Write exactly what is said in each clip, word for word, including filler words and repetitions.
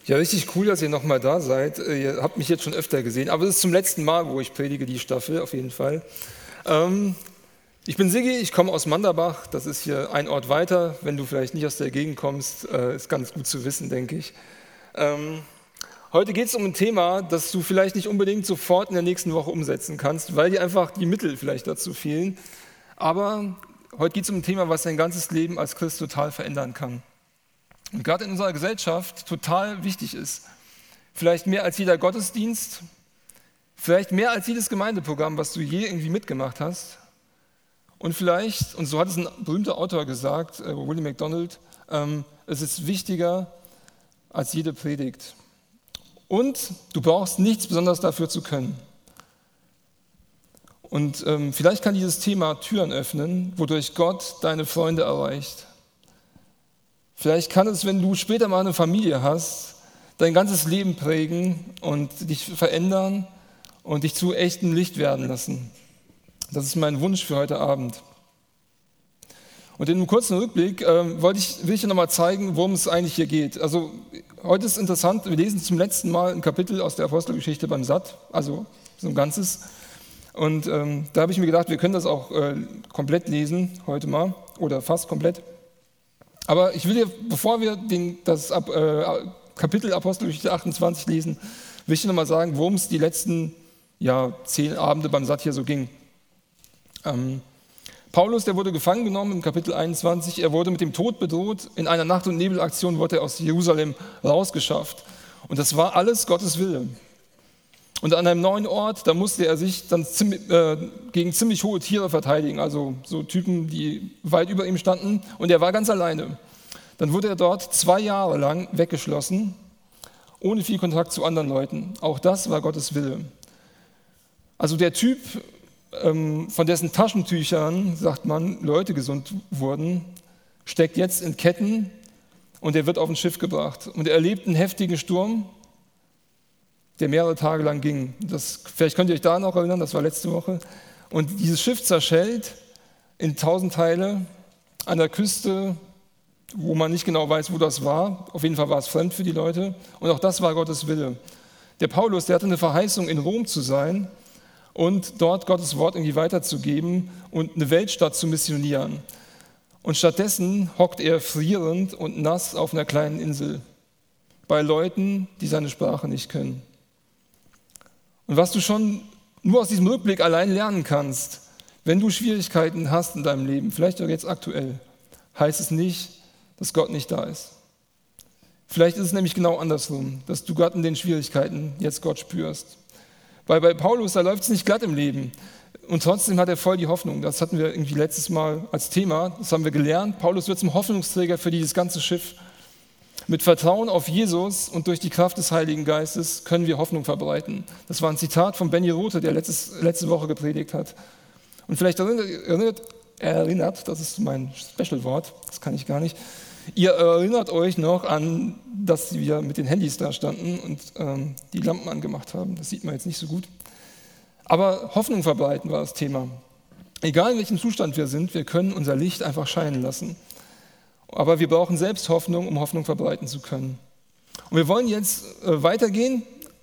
Ja, richtig cool, dass ihr nochmal da seid. Ihr habt mich jetzt schon öfter gesehen, aber es ist zum letzten Mal, wo ich predige, die Staffel, auf jeden Fall. Ähm, ich bin Siggi, ich komme aus Manderbach, das ist hier ein Ort weiter. Wenn du vielleicht nicht aus der Gegend kommst, äh, ist ganz gut zu wissen, denke ich. Ähm, heute geht es um ein Thema, das du vielleicht nicht unbedingt sofort in der nächsten Woche umsetzen kannst, weil dir einfach die Mittel vielleicht dazu fehlen. Aber heute geht es um ein Thema, was dein ganzes Leben als Christ total verändern kann. Und gerade in unserer Gesellschaft total wichtig ist. Vielleicht mehr als jeder Gottesdienst, vielleicht mehr als jedes Gemeindeprogramm, was du je irgendwie mitgemacht hast. Und vielleicht, und so hat es ein berühmter Autor gesagt, William MacDonald, ähm, es ist wichtiger als jede Predigt. Und du brauchst nichts besonders dafür zu können. Und ähm, vielleicht kann dieses Thema Türen öffnen, wodurch Gott deine Freunde erreicht. Vielleicht kann es, wenn du später mal eine Familie hast, dein ganzes Leben prägen und dich verändern und dich zu echtem Licht werden lassen. Das ist mein Wunsch für heute Abend. Und in einem kurzen Rückblick äh, wollte ich, will ich dir nochmal zeigen, worum es eigentlich hier geht. Also heute ist interessant, wir lesen zum letzten Mal ein Kapitel aus der Apostelgeschichte beim S A T, also so ein ganzes. Und ähm, da habe ich mir gedacht, wir können das auch äh, komplett lesen heute mal oder fast komplett. Aber ich will dir, bevor wir den, das Ab, äh, Kapitel Apostelgeschichte achtundzwanzig lesen, will ich dir nochmal sagen, worum es die letzten ja, zehn Abende beim S A T hier so ging. Ähm, Paulus, der wurde gefangen genommen im Kapitel einundzwanzig, er wurde mit dem Tod bedroht, in einer Nacht- und Nebelaktion wurde er aus Jerusalem rausgeschafft. Und das war alles Gottes Wille. Und an einem neuen Ort, da musste er sich dann ziemlich, äh, gegen ziemlich hohe Tiere verteidigen, also so Typen, die weit über ihm standen, und er war ganz alleine. Dann wurde er dort zwei Jahre lang weggeschlossen, ohne viel Kontakt zu anderen Leuten. Auch das war Gottes Wille. Also der Typ, ähm, von dessen Taschentüchern, sagt man, Leute gesund wurden, steckt jetzt in Ketten und er wird auf ein Schiff gebracht. Und er erlebt einen heftigen Sturm, der mehrere Tage lang ging. Das, vielleicht könnt ihr euch daran auch erinnern, das war letzte Woche. Und dieses Schiff zerschellt in tausend Teile an der Küste, wo man nicht genau weiß, wo das war. Auf jeden Fall war es fremd für die Leute. Und auch das war Gottes Wille. Der Paulus, der hatte eine Verheißung, in Rom zu sein und dort Gottes Wort irgendwie weiterzugeben und eine Weltstadt zu missionieren. Und stattdessen hockt er frierend und nass auf einer kleinen Insel bei Leuten, die seine Sprache nicht können. Und was du schon nur aus diesem Rückblick allein lernen kannst, wenn du Schwierigkeiten hast in deinem Leben, vielleicht auch jetzt aktuell, heißt es nicht, dass Gott nicht da ist. Vielleicht ist es nämlich genau andersrum, dass du Gott in den Schwierigkeiten jetzt Gott spürst. Weil bei Paulus, da läuft es nicht glatt im Leben. Und trotzdem hat er voll die Hoffnung. Das hatten wir irgendwie letztes Mal als Thema, das haben wir gelernt. Paulus wird zum Hoffnungsträger für dieses ganze Schiff. Mit Vertrauen auf Jesus und durch die Kraft des Heiligen Geistes können wir Hoffnung verbreiten. Das war ein Zitat von Benny Rothe, der letztes, letzte Woche gepredigt hat. Und vielleicht erinnert, erinnert, erinnert, das ist mein Special-Wort, das kann ich gar nicht, ihr erinnert euch noch an, dass wir mit den Handys da standen und ähm, die Lampen angemacht haben. Das sieht man jetzt nicht so gut. Aber Hoffnung verbreiten war das Thema. Egal in welchem Zustand wir sind, wir können unser Licht einfach scheinen lassen. Aber wir brauchen selbst Hoffnung, um Hoffnung verbreiten zu können. Und wir wollen jetzt äh, weitergehen.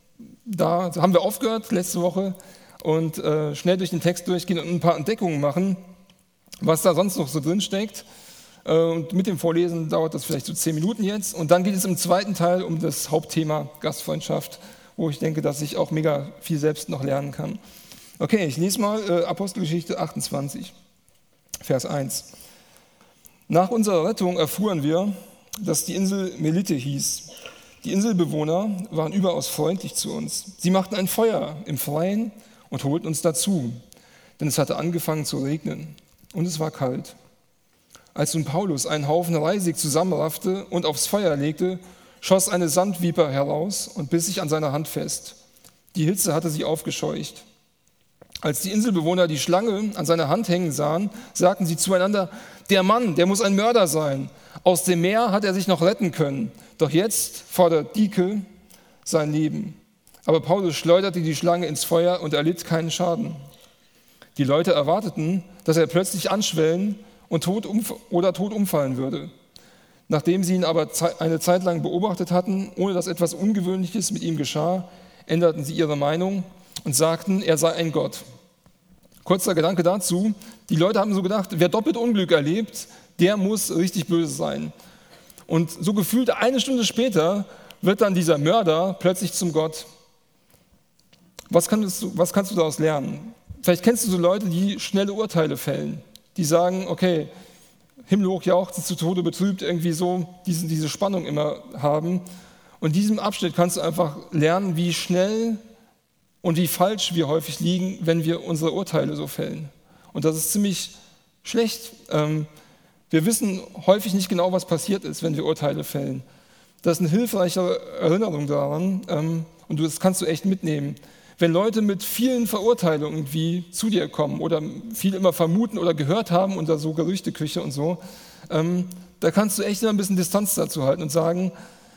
Da haben wir aufgehört letzte Woche und äh, schnell durch den Text durchgehen und ein paar Entdeckungen machen, was da sonst noch so drin steckt. Äh, und mit dem Vorlesen dauert das vielleicht so zehn Minuten jetzt. Und dann geht es im zweiten Teil um das Hauptthema Gastfreundschaft, wo ich denke, dass ich auch mega viel selbst noch lernen kann. Okay, ich lese mal äh, Apostelgeschichte achtundzwanzig, Vers eins. Nach unserer Rettung erfuhren wir, dass die Insel Melite hieß. Die Inselbewohner waren überaus freundlich zu uns. Sie machten ein Feuer im Freien und holten uns dazu, denn es hatte angefangen zu regnen und es war kalt. Als nun Paulus einen Haufen Reisig zusammenraffte und aufs Feuer legte, schoss eine Sandviper heraus und biss sich an seiner Hand fest. Die Hitze hatte sie aufgescheucht. Als die Inselbewohner die Schlange an seiner Hand hängen sahen, sagten sie zueinander, der Mann, der muss ein Mörder sein. Aus dem Meer hat er sich noch retten können. Doch jetzt fordert Dike sein Leben. Aber Paulus schleuderte die Schlange ins Feuer und erlitt keinen Schaden. Die Leute erwarteten, dass er plötzlich anschwellen und tot umf- oder tot umfallen würde. Nachdem sie ihn aber eine Zeit lang beobachtet hatten, ohne dass etwas Ungewöhnliches mit ihm geschah, änderten sie ihre Meinung und sagten, er sei ein Gott. Kurzer Gedanke dazu, die Leute haben so gedacht, wer doppelt Unglück erlebt, der muss richtig böse sein. Und so gefühlt eine Stunde später wird dann dieser Mörder plötzlich zum Gott. Was kannst du, was kannst du daraus lernen? Vielleicht kennst du so Leute, die schnelle Urteile fällen, die sagen, okay, himmelhoch jauchzend, zu Tode betrübt, irgendwie so diese, diese Spannung immer haben. Und in diesem Abschnitt kannst du einfach lernen, wie schnell und wie falsch wir häufig liegen, wenn wir unsere Urteile so fällen. Und das ist ziemlich schlecht. Wir wissen häufig nicht genau, was passiert ist, wenn wir Urteile fällen. Das ist eine hilfreiche Erinnerung daran und das kannst du echt mitnehmen. Wenn Leute mit vielen Verurteilungen irgendwie zu dir kommen oder viel immer vermuten oder gehört haben unter so Gerüchteküche und so, ähm, da kannst du echt immer ein bisschen Distanz dazu halten und sagen,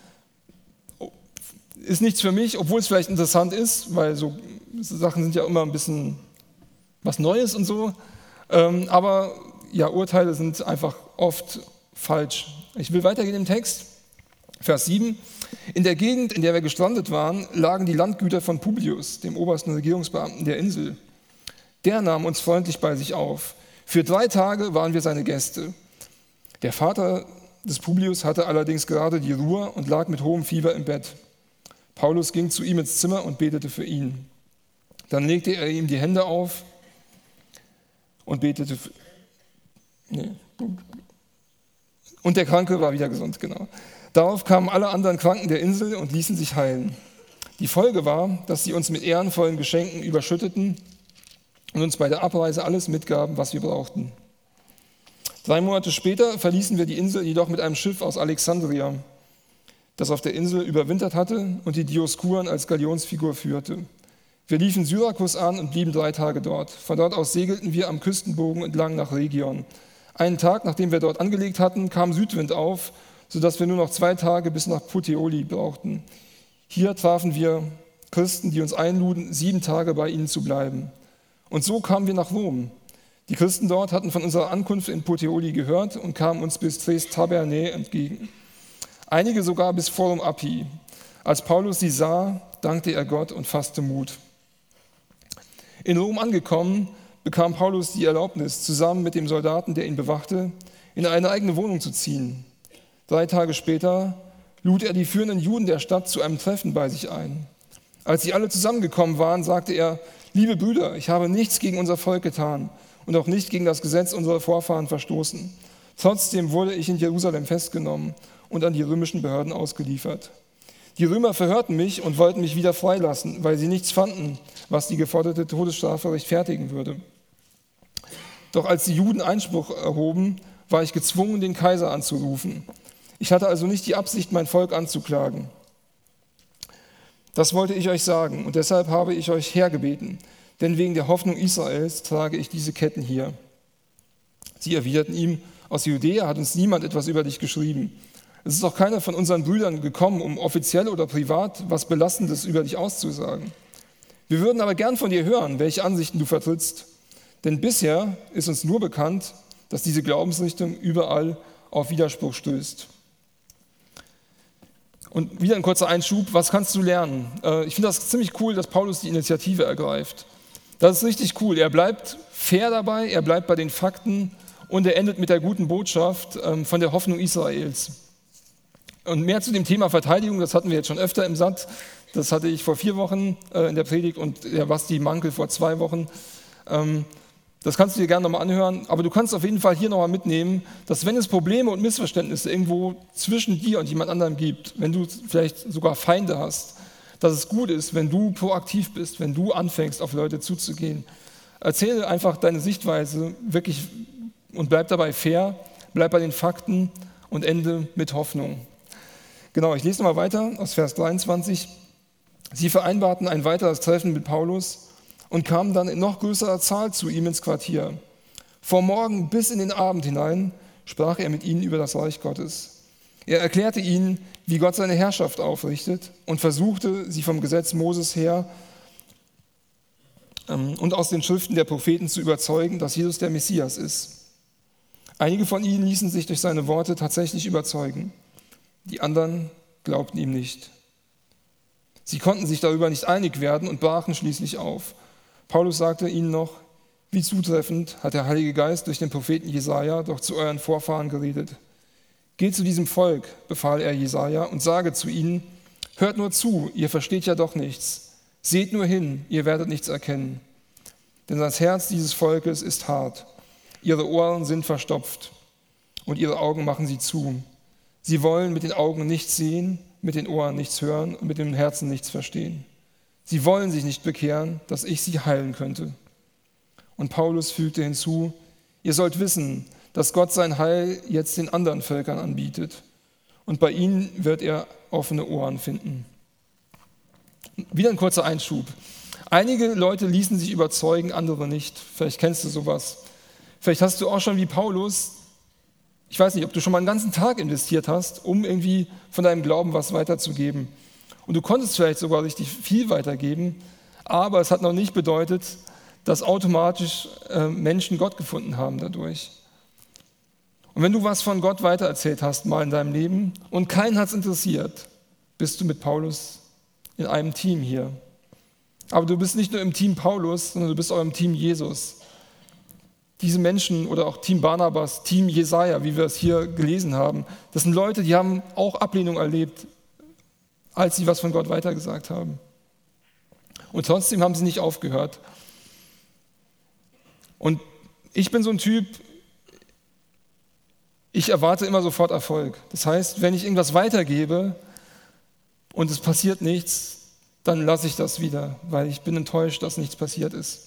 ist nichts für mich, obwohl es vielleicht interessant ist, weil so Sachen sind ja immer ein bisschen was Neues und so, ähm, aber ja, Urteile sind einfach oft falsch. Ich will weitergehen im Text. Vers sieben. In der Gegend, in der wir gestrandet waren, lagen die Landgüter von Publius, dem obersten Regierungsbeamten der Insel. Der nahm uns freundlich bei sich auf. Für drei Tage waren wir seine Gäste. Der Vater des Publius hatte allerdings gerade die Ruhe und lag mit hohem Fieber im Bett. Paulus ging zu ihm ins Zimmer und betete für ihn. Dann legte er ihm die Hände auf und betete für... Nee. Und der Kranke war wieder gesund, genau. Darauf kamen alle anderen Kranken der Insel und ließen sich heilen. Die Folge war, dass sie uns mit ehrenvollen Geschenken überschütteten und uns bei der Abreise alles mitgaben, was wir brauchten. Drei Monate später verließen wir die Insel jedoch mit einem Schiff aus Alexandria, das auf der Insel überwintert hatte und die Dioskuren als Galionsfigur führte. Wir liefen Syrakus an und blieben drei Tage dort. Von dort aus segelten wir am Küstenbogen entlang nach Rhegion. Einen Tag, nachdem wir dort angelegt hatten, kam Südwind auf, sodass wir nur noch zwei Tage bis nach Puteoli brauchten. Hier trafen wir Christen, die uns einluden, sieben Tage bei ihnen zu bleiben. Und so kamen wir nach Rom. Die Christen dort hatten von unserer Ankunft in Puteoli gehört und kamen uns bis Tres Tabernae entgegen. Einige sogar bis Forum Appi. Als Paulus sie sah, dankte er Gott und fasste Mut. In Rom angekommen, bekam Paulus die Erlaubnis, zusammen mit dem Soldaten, der ihn bewachte, in eine eigene Wohnung zu ziehen. Drei Tage später lud er die führenden Juden der Stadt zu einem Treffen bei sich ein. Als sie alle zusammengekommen waren, sagte er, liebe Brüder, ich habe nichts gegen unser Volk getan und auch nicht gegen das Gesetz unserer Vorfahren verstoßen. Trotzdem wurde ich in Jerusalem festgenommen und an die römischen Behörden ausgeliefert. Die Römer verhörten mich und wollten mich wieder freilassen, weil sie nichts fanden, was die geforderte Todesstrafe rechtfertigen würde. Doch als die Juden Einspruch erhoben, war ich gezwungen, den Kaiser anzurufen. Ich hatte also nicht die Absicht, mein Volk anzuklagen. Das wollte ich euch sagen und deshalb habe ich euch hergebeten, denn wegen der Hoffnung Israels trage ich diese Ketten hier. Sie erwiderten ihm, aus Judäa hat uns niemand etwas über dich geschrieben. Es ist auch keiner von unseren Brüdern gekommen, um offiziell oder privat was Belastendes über dich auszusagen. Wir würden aber gern von dir hören, welche Ansichten du vertrittst, denn bisher ist uns nur bekannt, dass diese Glaubensrichtung überall auf Widerspruch stößt. Und wieder ein kurzer Einschub, was kannst du lernen? Ich finde das ziemlich cool, dass Paulus die Initiative ergreift. Das ist richtig cool. Er bleibt fair dabei, er bleibt bei den Fakten und er endet mit der guten Botschaft von der Hoffnung Israels. Und mehr zu dem Thema Verteidigung, das hatten wir jetzt schon öfter im Satt. Das hatte ich vor vier Wochen in der Predigt und der Basti Mankel vor zwei Wochen. Das kannst du dir gerne nochmal anhören, aber du kannst auf jeden Fall hier nochmal mitnehmen, dass wenn es Probleme und Missverständnisse irgendwo zwischen dir und jemand anderem gibt, wenn du vielleicht sogar Feinde hast, dass es gut ist, wenn du proaktiv bist, wenn du anfängst, auf Leute zuzugehen. Erzähle einfach deine Sichtweise wirklich und bleib dabei fair, bleib bei den Fakten und ende mit Hoffnung. Genau, ich lese nochmal weiter aus Vers dreiundzwanzig. Sie vereinbarten ein weiteres Treffen mit Paulus und kamen dann in noch größerer Zahl zu ihm ins Quartier. Vom Morgen bis in den Abend hinein sprach er mit ihnen über das Reich Gottes. Er erklärte ihnen, wie Gott seine Herrschaft aufrichtet und versuchte, sie vom Gesetz Moses her ähm, und aus den Schriften der Propheten zu überzeugen, dass Jesus der Messias ist. Einige von ihnen ließen sich durch seine Worte tatsächlich überzeugen. Die anderen glaubten ihm nicht. Sie konnten sich darüber nicht einig werden und brachen schließlich auf. Paulus sagte ihnen noch: Wie zutreffend hat der Heilige Geist durch den Propheten Jesaja doch zu euren Vorfahren geredet. Geht zu diesem Volk, befahl er Jesaja, und sage zu ihnen: Hört nur zu, ihr versteht ja doch nichts. Seht nur hin, ihr werdet nichts erkennen. Denn das Herz dieses Volkes ist hart. Ihre Ohren sind verstopft und ihre Augen machen sie zu. Sie wollen mit den Augen nichts sehen, mit den Ohren nichts hören und mit dem Herzen nichts verstehen. Sie wollen sich nicht bekehren, dass ich sie heilen könnte. Und Paulus fügte hinzu: Ihr sollt wissen, dass Gott sein Heil jetzt den anderen Völkern anbietet. Und bei ihnen wird er offene Ohren finden. Wieder ein kurzer Einschub. Einige Leute ließen sich überzeugen, andere nicht. Vielleicht kennst du sowas. Vielleicht hast du auch schon wie Paulus, ich weiß nicht, ob du schon mal einen ganzen Tag investiert hast, um irgendwie von deinem Glauben was weiterzugeben. Und du konntest vielleicht sogar richtig viel weitergeben, aber es hat noch nicht bedeutet, dass automatisch äh, Menschen Gott gefunden haben dadurch. Und wenn du was von Gott weitererzählt hast mal in deinem Leben und keinen hat es interessiert, bist du mit Paulus in einem Team hier. Aber du bist nicht nur im Team Paulus, sondern du bist auch im Team Jesus. Diese Menschen oder auch Team Barnabas, Team Jesaja, wie wir es hier gelesen haben, das sind Leute, die haben auch Ablehnung erlebt, als sie was von Gott weitergesagt haben. Und trotzdem haben sie nicht aufgehört. Und ich bin so ein Typ, ich erwarte immer sofort Erfolg. Das heißt, wenn ich irgendwas weitergebe und es passiert nichts, dann lasse ich das wieder, weil ich bin enttäuscht, dass nichts passiert ist.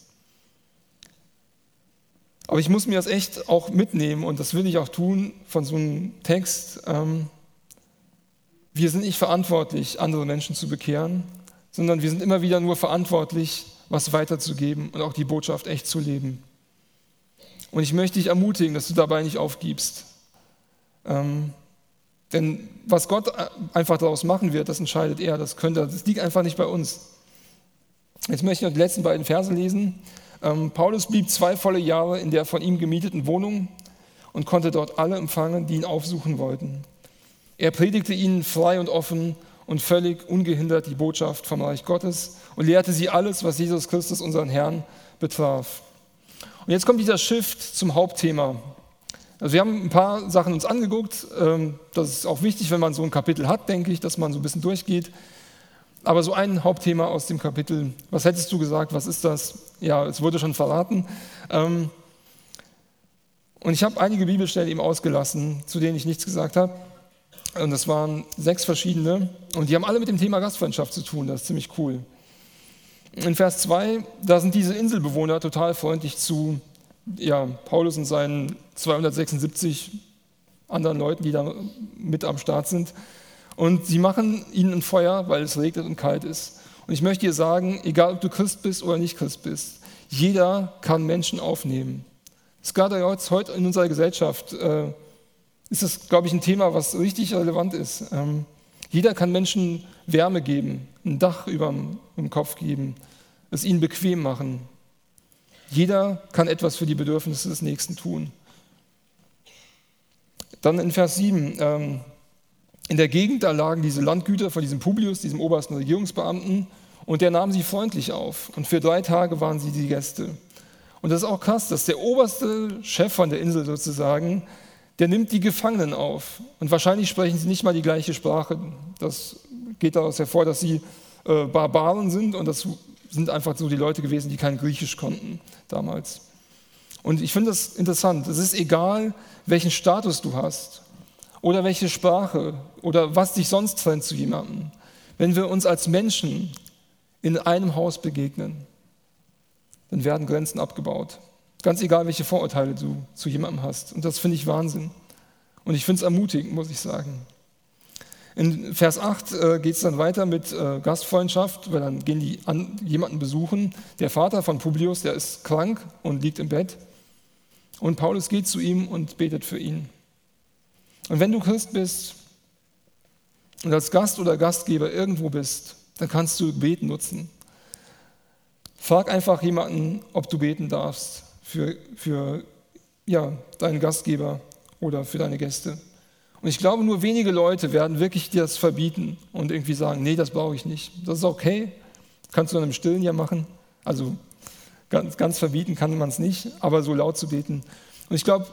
Aber ich muss mir das echt auch mitnehmen und das will ich auch tun von so einem Text. Ähm, wir sind nicht verantwortlich, andere Menschen zu bekehren, sondern wir sind immer wieder nur verantwortlich, was weiterzugeben und auch die Botschaft echt zu leben. Und ich möchte dich ermutigen, dass du dabei nicht aufgibst. Ähm, denn was Gott einfach daraus machen wird, das entscheidet er, das könnte, das liegt einfach nicht bei uns. Jetzt möchte ich noch die letzten beiden Verse lesen. Ähm, Paulus blieb zwei volle Jahre in der von ihm gemieteten Wohnung und konnte dort alle empfangen, die ihn aufsuchen wollten. Er predigte ihnen frei und offen und völlig ungehindert die Botschaft vom Reich Gottes und lehrte sie alles, was Jesus Christus, unseren Herrn, betraf. Und jetzt kommt dieser Shift zum Hauptthema. Also wir haben ein paar Sachen uns angeguckt. Das ist auch wichtig, wenn man so ein Kapitel hat, denke ich, dass man so ein bisschen durchgeht. Aber so ein Hauptthema aus dem Kapitel, was hättest du gesagt, was ist das? Ja, es wurde schon verraten. Und ich habe einige Bibelstellen eben ausgelassen, zu denen ich nichts gesagt habe. Und das waren sechs verschiedene. Und die haben alle mit dem Thema Gastfreundschaft zu tun. Das ist ziemlich cool. In Vers zwei, da sind diese Inselbewohner total freundlich zu ja, Paulus und seinen zweihundertsechsundsiebzig anderen Leuten, die da mit am Start sind. Und sie machen ihnen ein Feuer, weil es regnet und kalt ist. Und ich möchte dir sagen, egal ob du Christ bist oder nicht Christ bist, jeder kann Menschen aufnehmen. Das ist gerade heute in unserer Gesellschaft, äh, ist das, glaube ich, ein Thema, was richtig relevant ist. Ähm, jeder kann Menschen Wärme geben, ein Dach über dem Kopf geben, es ihnen bequem machen. Jeder kann etwas für die Bedürfnisse des Nächsten tun. Dann in Vers sieben, ähm, in der Gegend, da lagen diese Landgüter von diesem Publius, diesem obersten Regierungsbeamten, und der nahm sie freundlich auf. Und für drei Tage waren sie die Gäste. Und das ist auch krass, dass der oberste Chef von der Insel sozusagen, der nimmt die Gefangenen auf. Und wahrscheinlich sprechen sie nicht mal die gleiche Sprache. Das geht daraus hervor, dass sie äh, Barbaren sind und das sind einfach so die Leute gewesen, die kein Griechisch konnten damals. Und ich finde das interessant. Es ist egal, welchen Status du hast oder welche Sprache oder was dich sonst trennt zu jemandem. Wenn wir uns als Menschen in einem Haus begegnen, dann werden Grenzen abgebaut. Ganz egal, welche Vorurteile du zu jemandem hast. Und das finde ich Wahnsinn. Und ich finde es ermutigend, muss ich sagen. In Vers acht äh, geht es dann weiter mit äh, Gastfreundschaft, weil dann gehen die an, jemanden besuchen. Der Vater von Publius, der ist krank und liegt im Bett. Und Paulus geht zu ihm und betet für ihn. Und wenn du Christ bist und als Gast oder Gastgeber irgendwo bist, dann kannst du Beten nutzen. Frag einfach jemanden, ob du beten darfst für, für ja, deinen Gastgeber oder für deine Gäste. Und ich glaube, nur wenige Leute werden wirklich dir das verbieten und irgendwie sagen, nee, das brauche ich nicht. Das ist okay, kannst du dann im Stillen ja machen. Also ganz, ganz verbieten kann man es nicht, aber so laut zu beten. Und ich glaube,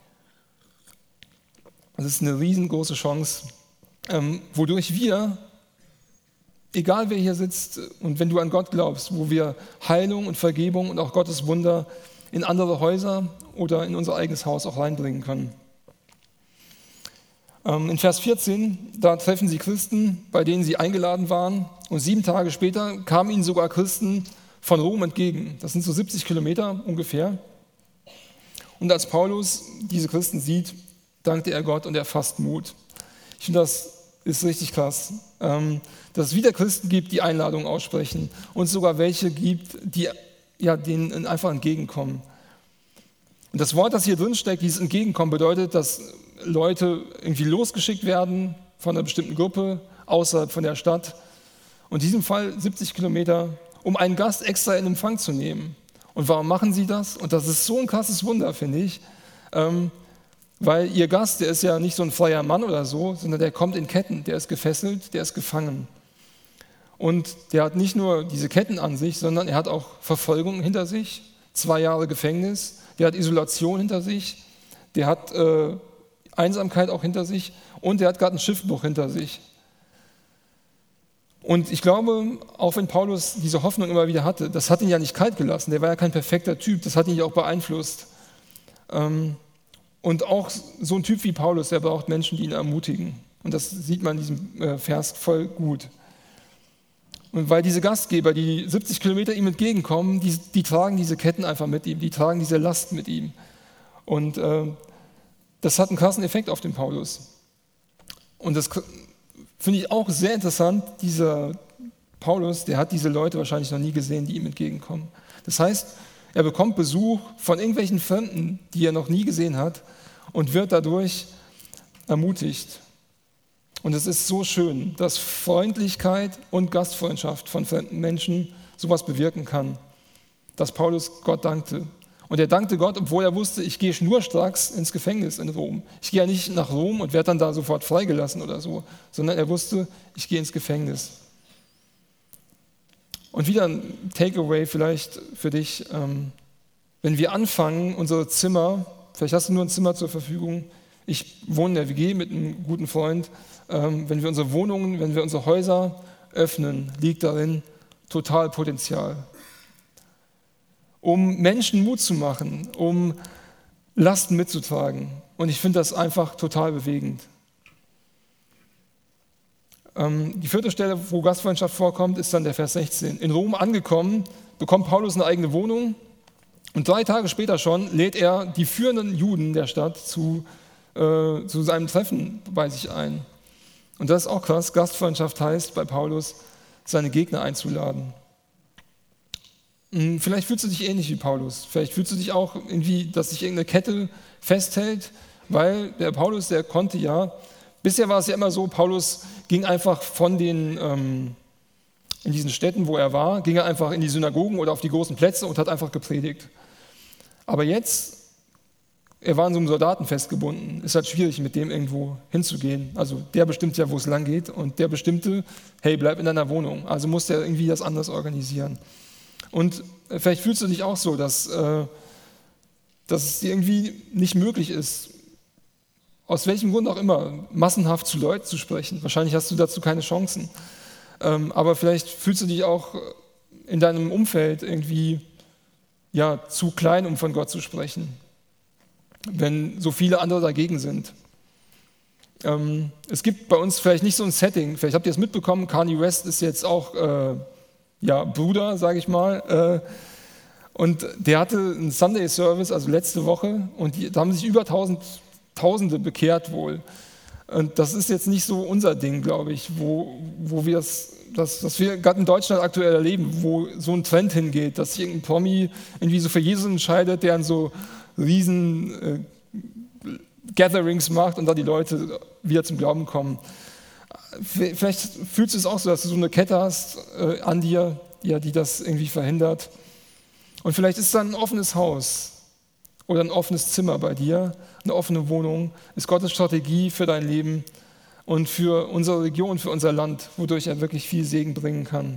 das ist eine riesengroße Chance, ähm, wodurch wir, egal wer hier sitzt und wenn du an Gott glaubst, wo wir Heilung und Vergebung und auch Gottes Wunder in andere Häuser oder in unser eigenes Haus auch reinbringen können. Ähm, in Vers vierzehn, da treffen sie Christen, bei denen sie eingeladen waren, und sieben Tage später kamen ihnen sogar Christen von Rom entgegen. Das sind so siebzig Kilometer ungefähr. Und als Paulus diese Christen sieht, dankte er Gott und er fasst Mut. Ich finde, das ist richtig krass, ähm, dass es wieder Christen gibt, die Einladungen aussprechen und sogar welche gibt, die ja, denen einfach entgegenkommen. Und das Wort, das hier drin steckt, dieses Entgegenkommen, bedeutet, dass Leute irgendwie losgeschickt werden von einer bestimmten Gruppe außerhalb von der Stadt. Und in diesem Fall siebzig Kilometer, um einen Gast extra in Empfang zu nehmen. Und warum machen sie das? Und das ist so ein krasses Wunder, finde ich. Ähm, weil ihr Gast, der ist ja nicht so ein freier Mann oder so, sondern der kommt in Ketten, der ist gefesselt, der ist gefangen. Und der hat nicht nur diese Ketten an sich, sondern er hat auch Verfolgung hinter sich, zwei Jahre Gefängnis, der hat Isolation hinter sich, der hat äh, Einsamkeit auch hinter sich und der hat gerade einen Schiffbruch hinter sich. Und ich glaube, auch wenn Paulus diese Hoffnung immer wieder hatte, das hat ihn ja nicht kalt gelassen, der war ja kein perfekter Typ, das hat ihn ja auch beeinflusst. Ähm, und auch so ein Typ wie Paulus, der braucht Menschen, die ihn ermutigen. Und das sieht man in diesem äh, Vers voll gut. Und weil diese Gastgeber, die siebzig Kilometer ihm entgegenkommen, die, die tragen diese Ketten einfach mit ihm, die tragen diese Last mit ihm. Und äh, das hat einen krassen Effekt auf den Paulus. Und das finde ich auch sehr interessant, dieser Paulus, der hat diese Leute wahrscheinlich noch nie gesehen, die ihm entgegenkommen. Das heißt, er bekommt Besuch von irgendwelchen Fremden, die er noch nie gesehen hat und wird dadurch ermutigt. Und es ist so schön, dass Freundlichkeit und Gastfreundschaft von fremden Menschen sowas bewirken kann, dass Paulus Gott dankte. Und er dankte Gott, obwohl er wusste, ich gehe schnurstracks ins Gefängnis in Rom. Ich gehe ja nicht nach Rom und werde dann da sofort freigelassen oder so, sondern er wusste, ich gehe ins Gefängnis. Und wieder ein Takeaway vielleicht für dich, ähm, wenn wir anfangen, unsere Zimmer, vielleicht hast du nur ein Zimmer zur Verfügung, ich wohne in der W G mit einem guten Freund, ähm, wenn wir unsere Wohnungen, wenn wir unsere Häuser öffnen, liegt darin total Potenzial. Um Menschen Mut zu machen, um Lasten mitzutragen. Und ich finde das einfach total bewegend. Ähm, die vierte Stelle, wo Gastfreundschaft vorkommt, ist dann der Vers sechzehn. In Rom angekommen, bekommt Paulus eine eigene Wohnung und drei Tage später schon lädt er die führenden Juden der Stadt zu, äh, zu seinem Treffen bei sich ein. Und das ist auch krass. Gastfreundschaft heißt bei Paulus, seine Gegner einzuladen. Vielleicht fühlst du dich ähnlich wie Paulus. Vielleicht fühlst du dich auch irgendwie, dass sich irgendeine Kette festhält, weil der Paulus, der konnte ja, bisher war es ja immer so, Paulus ging einfach von den, ähm, in diesen Städten, wo er war, ging er einfach in die Synagogen oder auf die großen Plätze und hat einfach gepredigt. Aber jetzt, er war an so einem Soldaten festgebunden, ist halt schwierig, mit dem irgendwo hinzugehen. Also der bestimmt ja, wo es lang geht und der bestimmte, hey, bleib in deiner Wohnung. Also muss der irgendwie das anders organisieren. Und vielleicht fühlst du dich auch so, dass, äh, dass es dir irgendwie nicht möglich ist, aus welchem Grund auch immer, massenhaft zu Leuten zu sprechen. Wahrscheinlich hast du dazu keine Chancen. Ähm, aber vielleicht fühlst du dich auch in deinem Umfeld irgendwie ja, zu klein, um von Gott zu sprechen, wenn so viele andere dagegen sind. Ähm, es gibt bei uns vielleicht nicht so ein Setting, vielleicht habt ihr es mitbekommen, Kanye West ist jetzt auch äh, ja, Bruder, sage ich mal. Und der hatte einen Sunday Service, also letzte Woche, und die, da haben sich über tausend, Tausende bekehrt wohl. Und das ist jetzt nicht so unser Ding, glaube ich, wo, wo wir das, das, was wir gerade in Deutschland aktuell erleben, wo so ein Trend hingeht, dass sich irgendein Promi irgendwie so für Jesus entscheidet, der an so riesen äh, Gatherings macht und da die Leute wieder zum Glauben kommen. Vielleicht fühlst du es auch so, dass du so eine Kette hast äh, an dir, ja, die das irgendwie verhindert. Und vielleicht ist da ein offenes Haus, oder ein offenes Zimmer bei dir, eine offene Wohnung, ist Gottes Strategie für dein Leben und für unsere Region, für unser Land, wodurch er wirklich viel Segen bringen kann.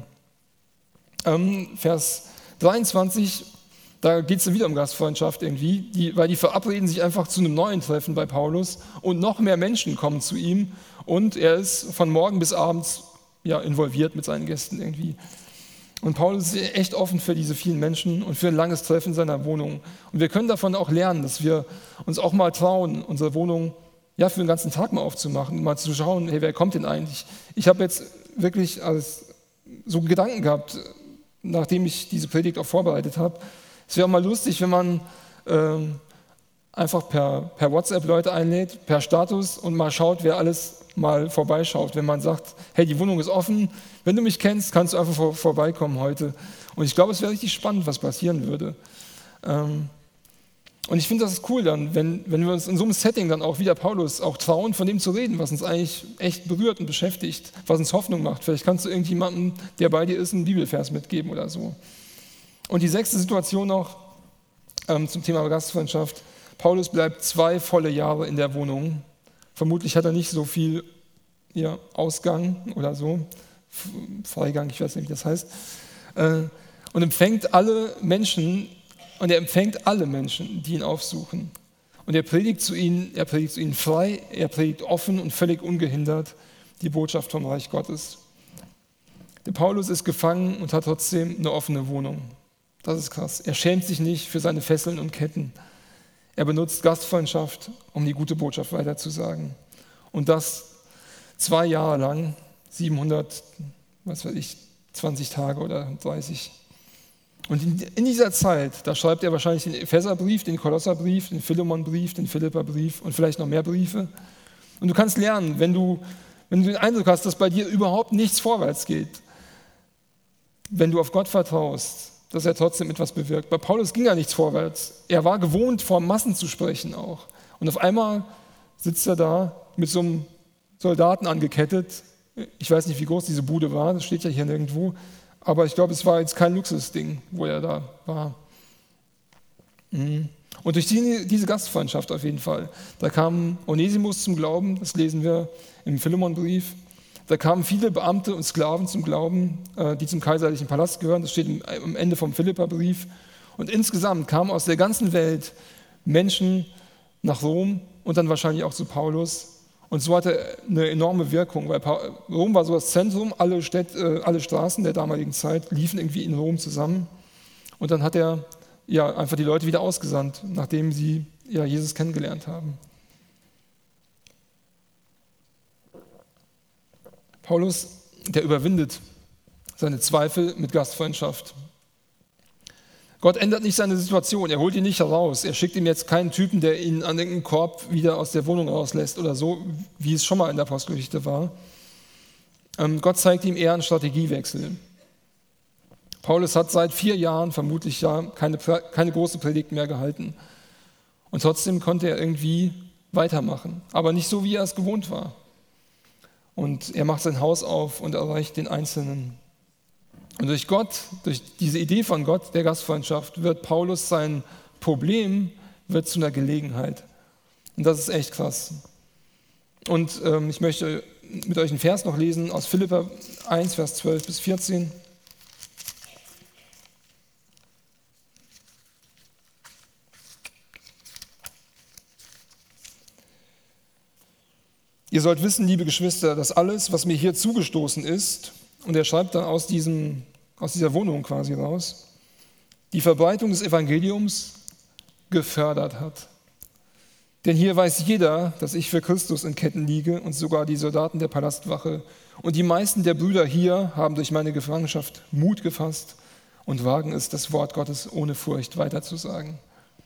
Ähm, Vers dreiundzwanzig, da geht es wieder um Gastfreundschaft irgendwie, die, weil die verabreden sich einfach zu einem neuen Treffen bei Paulus und noch mehr Menschen kommen zu ihm und er ist von morgen bis abends ja, involviert mit seinen Gästen irgendwie. Und Paulus ist echt offen für diese vielen Menschen und für ein langes Treffen in seiner Wohnung. Und wir können davon auch lernen, dass wir uns auch mal trauen, unsere Wohnung ja, für den ganzen Tag mal aufzumachen, mal zu schauen, hey, wer kommt denn eigentlich? Ich habe jetzt wirklich als, so Gedanken gehabt, nachdem ich diese Predigt auch vorbereitet habe. Es wäre auch mal lustig, wenn man ähm, einfach per, per WhatsApp Leute einlädt, per Status und mal schaut, wer alles mal vorbeischaut. Wenn man sagt, hey, die Wohnung ist offen, wenn du mich kennst, kannst du einfach vor, vorbeikommen heute. Und ich glaube, es wäre richtig spannend, was passieren würde. Ähm, und ich finde, das ist cool dann, wenn, wenn wir uns in so einem Setting dann auch, wie der Paulus, auch trauen, von dem zu reden, was uns eigentlich echt berührt und beschäftigt, was uns Hoffnung macht. Vielleicht kannst du irgendjemandem, der bei dir ist, einen Bibelvers mitgeben oder so. Und die sechste Situation noch ähm, zum Thema Gastfreundschaft. Paulus bleibt zwei volle Jahre in der Wohnung. Vermutlich hat er nicht so viel ja, Ausgang oder so, Freigang, ich weiß nicht, wie das heißt. Äh, und empfängt alle Menschen, und er empfängt alle Menschen, die ihn aufsuchen. Und er predigt zu ihnen, er predigt zu ihnen frei, er predigt offen und völlig ungehindert die Botschaft vom Reich Gottes. Der Paulus ist gefangen und hat trotzdem eine offene Wohnung. Das ist krass. Er schämt sich nicht für seine Fesseln und Ketten. Er benutzt Gastfreundschaft, um die gute Botschaft weiterzusagen. Und das zwei Jahre lang, siebenhundert, was weiß ich, zwanzig Tage oder dreißig. Und in, in dieser Zeit, da schreibt er wahrscheinlich den Epheserbrief, den Kolosserbrief, den Philemonbrief, den Philipperbrief und vielleicht noch mehr Briefe. Und du kannst lernen, wenn du, wenn du den Eindruck hast, dass bei dir überhaupt nichts vorwärts geht, wenn du auf Gott vertraust, dass er trotzdem etwas bewirkt. Bei Paulus ging ja nichts vorwärts. Er war gewohnt, vor Massen zu sprechen auch. Und auf einmal sitzt er da mit so einem Soldaten angekettet. Ich weiß nicht, wie groß diese Bude war, das steht ja hier nirgendwo. Aber ich glaube, es war jetzt kein Luxusding, wo er da war. Und durch die, diese Gastfreundschaft auf jeden Fall, da kam Onesimus zum Glauben, das lesen wir im Philemonbrief. Da kamen viele Beamte und Sklaven zum Glauben, die zum kaiserlichen Palast gehören. Das steht am Ende vom Philipperbrief. Und insgesamt kamen aus der ganzen Welt Menschen nach Rom und dann wahrscheinlich auch zu Paulus. Und so hatte er eine enorme Wirkung, weil Rom war so das Zentrum, alle, Städte, alle Straßen der damaligen Zeit liefen irgendwie in Rom zusammen. Und dann hat er ja, einfach die Leute wieder ausgesandt, nachdem sie ja, Jesus kennengelernt haben. Paulus, der überwindet seine Zweifel mit Gastfreundschaft. Gott ändert nicht seine Situation, er holt ihn nicht heraus, er schickt ihm jetzt keinen Typen, der ihn an irgendeinem Korb wieder aus der Wohnung rauslässt oder so, wie es schon mal in der Apostelgeschichte war. Ähm, Gott zeigt ihm eher einen Strategiewechsel. Paulus hat seit vier Jahren vermutlich ja keine, keine große Predigt mehr gehalten. Und trotzdem konnte er irgendwie weitermachen, aber nicht so, wie er es gewohnt war. Und er macht sein Haus auf und erreicht den Einzelnen. Und durch Gott, durch diese Idee von Gott, der Gastfreundschaft, wird Paulus sein Problem wird zu einer Gelegenheit. Und das ist echt krass. Und ähm, ich möchte mit euch einen Vers noch lesen aus Philipper eins, Vers zwölf bis vierzehn. Ihr sollt wissen, liebe Geschwister, dass alles, was mir hier zugestoßen ist, und er schreibt dann aus, diesem, aus dieser Wohnung quasi raus, die Verbreitung des Evangeliums gefördert hat. Denn hier weiß jeder, dass ich für Christus in Ketten liege und sogar die Soldaten der Palastwache. Und die meisten der Brüder hier haben durch meine Gefangenschaft Mut gefasst und wagen es, das Wort Gottes ohne Furcht weiterzusagen.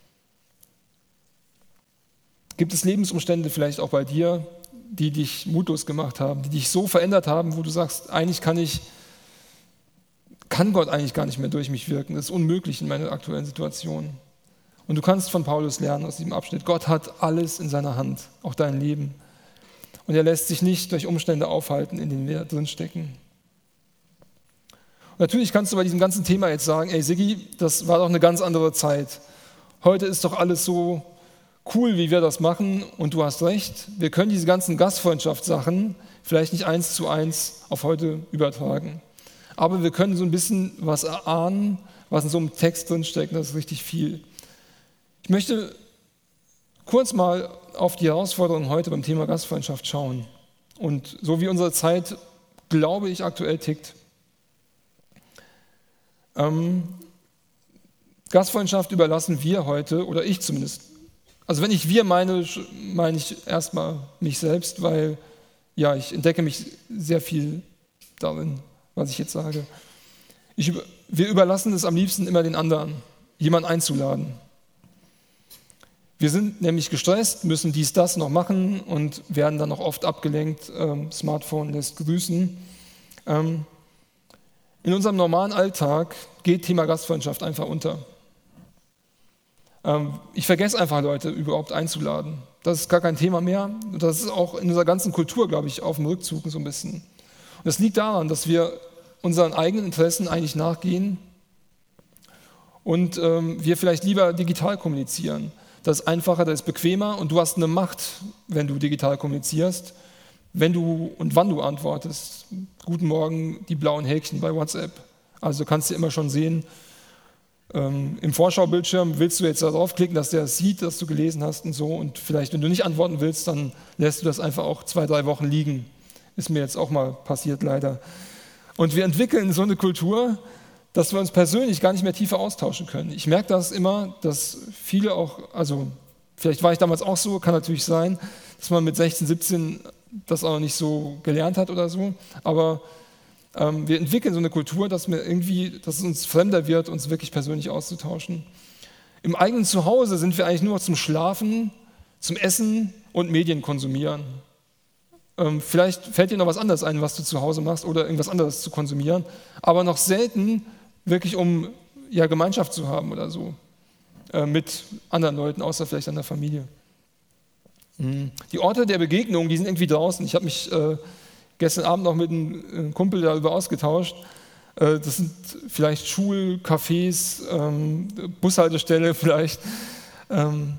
Gibt es Lebensumstände vielleicht auch bei dir, die dich mutlos gemacht haben, die dich so verändert haben, wo du sagst, eigentlich kann ich, kann Gott eigentlich gar nicht mehr durch mich wirken. Das ist unmöglich in meiner aktuellen Situation. Und du kannst von Paulus lernen aus diesem Abschnitt. Gott hat alles in seiner Hand, auch dein Leben. Und er lässt sich nicht durch Umstände aufhalten, in denen wir drinstecken. Und natürlich kannst du bei diesem ganzen Thema jetzt sagen, ey Siggi, das war doch eine ganz andere Zeit. heute ist doch alles so cool, wie wir das machen und du hast recht, wir können diese ganzen Gastfreundschaftssachen vielleicht nicht eins zu eins auf heute übertragen. Aber wir können so ein bisschen was erahnen, was in so einem Text drinsteckt, das ist richtig viel. Ich möchte kurz mal auf die Herausforderungen heute beim Thema Gastfreundschaft schauen und so wie unsere Zeit, glaube ich, aktuell tickt. Ähm, Gastfreundschaft überlassen wir heute, oder ich zumindest. Also wenn ich wir meine, meine ich erstmal mich selbst, weil ja, ich entdecke mich sehr viel darin, was ich jetzt sage. Ich, wir überlassen es am liebsten immer den anderen, jemanden einzuladen. Wir sind nämlich gestresst, müssen dies, das noch machen und werden dann auch oft abgelenkt. Ähm, Smartphone lässt grüßen. Ähm, in unserem normalen Alltag geht Thema Gastfreundschaft einfach unter. Ähm, ich vergesse einfach Leute überhaupt einzuladen. Das ist gar kein Thema mehr. Das ist auch in unserer ganzen Kultur, glaube ich, auf dem Rückzug so ein bisschen. Und das liegt daran, dass wir unseren eigenen Interessen eigentlich nachgehen und ähm, wir vielleicht lieber digital kommunizieren. Das ist einfacher, das ist bequemer und du hast eine Macht, wenn du digital kommunizierst, wenn du und wann du antwortest. Guten Morgen, die blauen Häkchen bei WhatsApp. Also kannst du immer schon sehen, ähm, im Vorschaubildschirm willst du jetzt darauf klicken, dass der sieht, dass du gelesen hast und so. Und vielleicht, wenn du nicht antworten willst, dann lässt du das einfach auch zwei, drei Wochen liegen. Ist mir jetzt auch mal passiert, leider. Und wir entwickeln so eine Kultur, dass wir uns persönlich gar nicht mehr tiefer austauschen können. Ich merke das immer, dass viele auch, also vielleicht war ich damals auch so, kann natürlich sein, dass man mit sechzehn, siebzehn das auch noch nicht so gelernt hat oder so, aber ähm, wir entwickeln so eine Kultur, dass, wir irgendwie, dass es uns fremder wird, uns wirklich persönlich auszutauschen. Im eigenen Zuhause sind wir eigentlich nur noch zum Schlafen, zum Essen und Medien konsumieren. Ähm, vielleicht fällt dir noch was anderes ein, was du zu Hause machst oder irgendwas anderes zu konsumieren, aber noch selten wirklich um ja, Gemeinschaft zu haben oder so, äh, mit anderen Leuten, außer vielleicht an der Familie. Mhm. Die Orte der Begegnung, die sind irgendwie draußen. Ich habe mich äh, gestern Abend noch mit einem Kumpel darüber ausgetauscht. Äh, das sind vielleicht Schulcafés, ähm, Bushaltestelle vielleicht. Ähm,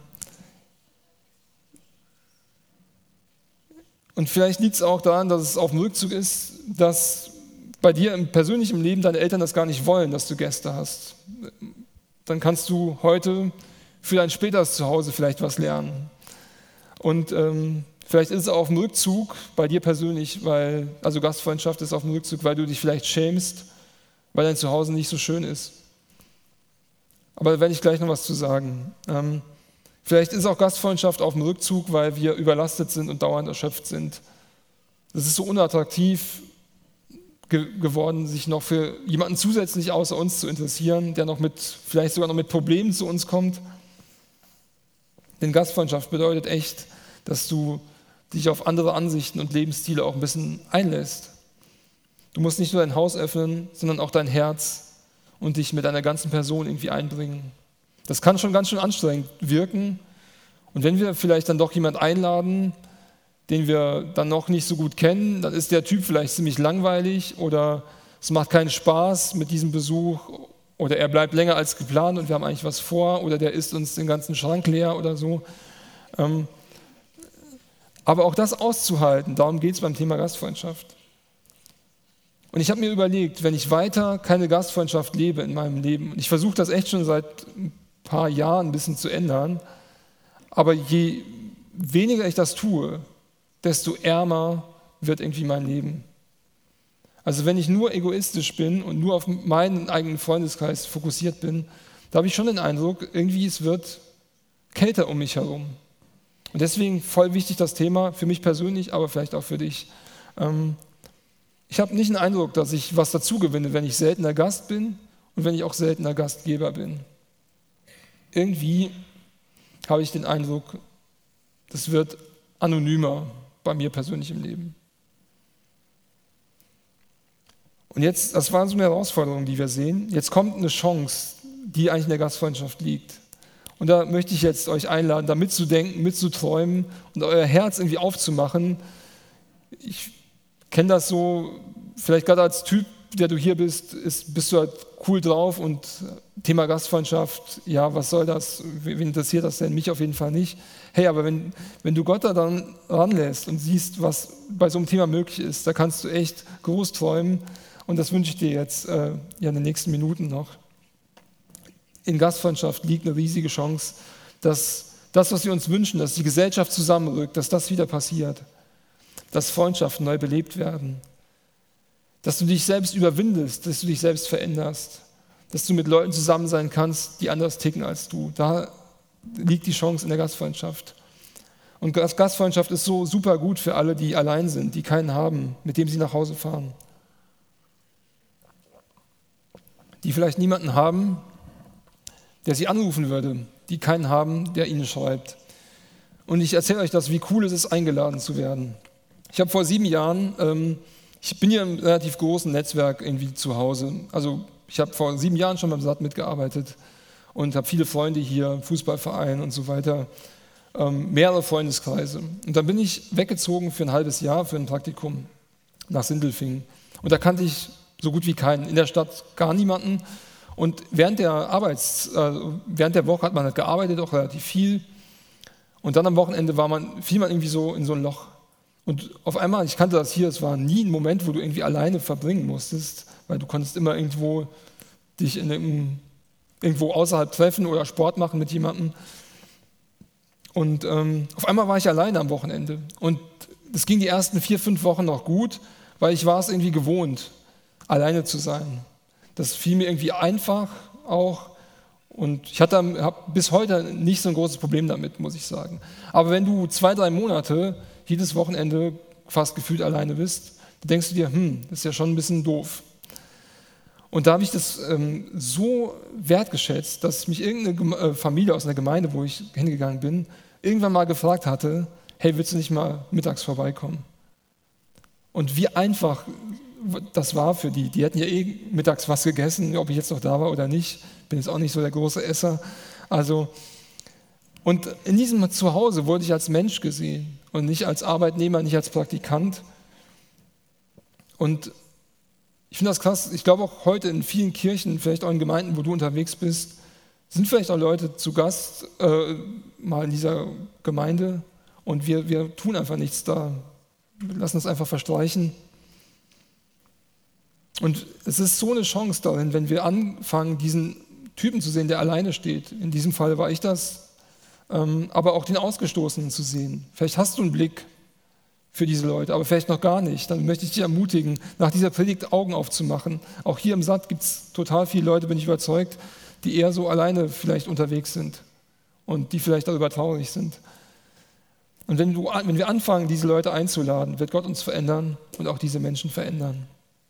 und vielleicht liegt es auch daran, dass es auf dem Rückzug ist, dass bei dir im persönlichen Leben deine Eltern das gar nicht wollen, dass du Gäste hast. Dann kannst du heute für dein späteres Zuhause vielleicht was lernen. Und ähm, vielleicht ist es auch auf dem Rückzug bei dir persönlich, weil, also Gastfreundschaft ist auf dem Rückzug, weil du dich vielleicht schämst, weil dein Zuhause nicht so schön ist. Aber da werde ich gleich noch was zu sagen. Ähm, vielleicht ist auch Gastfreundschaft auf dem Rückzug, weil wir überlastet sind und dauernd erschöpft sind. Das ist so unattraktiv geworden, sich noch für jemanden zusätzlich außer uns zu interessieren, der noch mit, vielleicht sogar noch mit Problemen zu uns kommt. Denn Gastfreundschaft bedeutet echt, dass du dich auf andere Ansichten und Lebensstile auch ein bisschen einlässt. Du musst nicht nur dein Haus öffnen, sondern auch dein Herz und dich mit deiner ganzen Person irgendwie einbringen. Das kann schon ganz schön anstrengend wirken. Und wenn wir vielleicht dann doch jemanden einladen, den wir dann noch nicht so gut kennen, dann ist der Typ vielleicht ziemlich langweilig oder es macht keinen Spaß mit diesem Besuch oder er bleibt länger als geplant und wir haben eigentlich was vor oder der isst uns den ganzen Schrank leer oder so. Aber auch das auszuhalten, darum geht es beim Thema Gastfreundschaft. Und ich habe mir überlegt, wenn ich weiter keine Gastfreundschaft lebe in meinem Leben, und ich versuche das echt schon seit ein paar Jahren ein bisschen zu ändern, aber je weniger ich das tue, desto ärmer wird irgendwie mein Leben. Also wenn ich nur egoistisch bin und nur auf meinen eigenen Freundeskreis fokussiert bin, da habe ich schon den Eindruck, irgendwie es wird kälter um mich herum. Und deswegen voll wichtig das Thema, für mich persönlich, aber vielleicht auch für dich. Ich habe nicht den Eindruck, dass ich was dazu gewinne, wenn ich seltener Gast bin und wenn ich auch seltener Gastgeber bin. Irgendwie habe ich den Eindruck, das wird anonymer bei mir persönlich im Leben. Und jetzt, das war so eine Herausforderung, die wir sehen. Jetzt kommt eine Chance, die eigentlich in der Gastfreundschaft liegt. Und da möchte ich jetzt euch einladen, da mitzudenken, mitzuträumen und euer Herz irgendwie aufzumachen. Ich kenne das so, vielleicht gerade als Typ der du hier bist, ist, bist du halt cool drauf und Thema Gastfreundschaft, ja, was soll das, wen interessiert das denn? Mich auf jeden Fall nicht. Hey, aber wenn, wenn du Gott da dann ranlässt und siehst, was bei so einem Thema möglich ist, da kannst du echt groß träumen und das wünsche ich dir jetzt äh, ja, in den nächsten Minuten noch. In Gastfreundschaft liegt eine riesige Chance, dass das, was wir uns wünschen, dass die Gesellschaft zusammenrückt, dass das wieder passiert, dass Freundschaften neu belebt werden, dass du dich selbst überwindest, dass du dich selbst veränderst, dass du mit Leuten zusammen sein kannst, die anders ticken als du. Da liegt die Chance in der Gastfreundschaft. Und Gastfreundschaft ist so super gut für alle, die allein sind, die keinen haben, mit dem sie nach Hause fahren. Die vielleicht niemanden haben, der sie anrufen würde, die keinen haben, der ihnen schreibt. Und ich erzähle euch das, wie cool es ist, eingeladen zu werden. Ich habe vor sieben Jahren, ähm, ich bin hier im relativ großen Netzwerk irgendwie zu Hause. Also ich habe vor sieben Jahren schon beim S A T mitgearbeitet und habe viele Freunde hier, Fußballverein und so weiter, ähm, mehrere Freundeskreise. Und dann bin ich weggezogen für ein halbes Jahr für ein Praktikum nach Sindelfingen. Und da kannte ich so gut wie keinen, in der Stadt gar niemanden. Und während der Arbeits, äh, während der Woche hat man halt gearbeitet, auch relativ viel. Und dann am Wochenende war man, fiel man irgendwie so in so ein Loch. Und auf einmal, ich kannte das hier, es war nie ein Moment, wo du irgendwie alleine verbringen musstest, weil du konntest immer irgendwo dich in einem, irgendwo außerhalb treffen oder Sport machen mit jemandem. Und ähm, auf einmal war ich alleine am Wochenende. Und es ging die ersten vier, fünf Wochen noch gut, weil ich war es irgendwie gewohnt, alleine zu sein. Das fiel mir irgendwie einfach auch. Und ich habe bis heute nicht so ein großes Problem damit, muss ich sagen. Aber wenn du zwei, drei Monate jedes Wochenende fast gefühlt alleine bist, dann denkst du dir, hm, das ist ja schon ein bisschen doof. Und da habe ich das ähm, so wertgeschätzt, dass mich irgendeine Geme- äh, Familie aus einer Gemeinde, wo ich hingegangen bin, irgendwann mal gefragt hatte, hey, willst du nicht mal mittags vorbeikommen? Und wie einfach das war für die. Die hätten ja eh mittags was gegessen, ob ich jetzt noch da war oder nicht. Bin jetzt auch nicht so der große Esser. Also, und in diesem Zuhause wurde ich als Mensch gesehen und nicht als Arbeitnehmer, nicht als Praktikant. Und ich finde das krass. Ich glaube auch heute in vielen Kirchen, vielleicht auch in Gemeinden, wo du unterwegs bist, sind vielleicht auch Leute zu Gast äh, mal in dieser Gemeinde und wir, wir tun einfach nichts da. Wir lassen es einfach verstreichen. Und es ist so eine Chance darin, wenn wir anfangen, diesen Typen zu sehen, der alleine steht. In diesem Fall war ich das, ähm, aber auch den Ausgestoßenen zu sehen. Vielleicht hast du einen Blick für diese Leute, aber vielleicht noch gar nicht. Dann möchte ich dich ermutigen, nach dieser Predigt Augen aufzumachen. Auch hier im S A T gibt es total viele Leute, bin ich überzeugt, die eher so alleine vielleicht unterwegs sind und die vielleicht darüber traurig sind. Und wenn, du, wenn wir anfangen, diese Leute einzuladen, wird Gott uns verändern und auch diese Menschen verändern.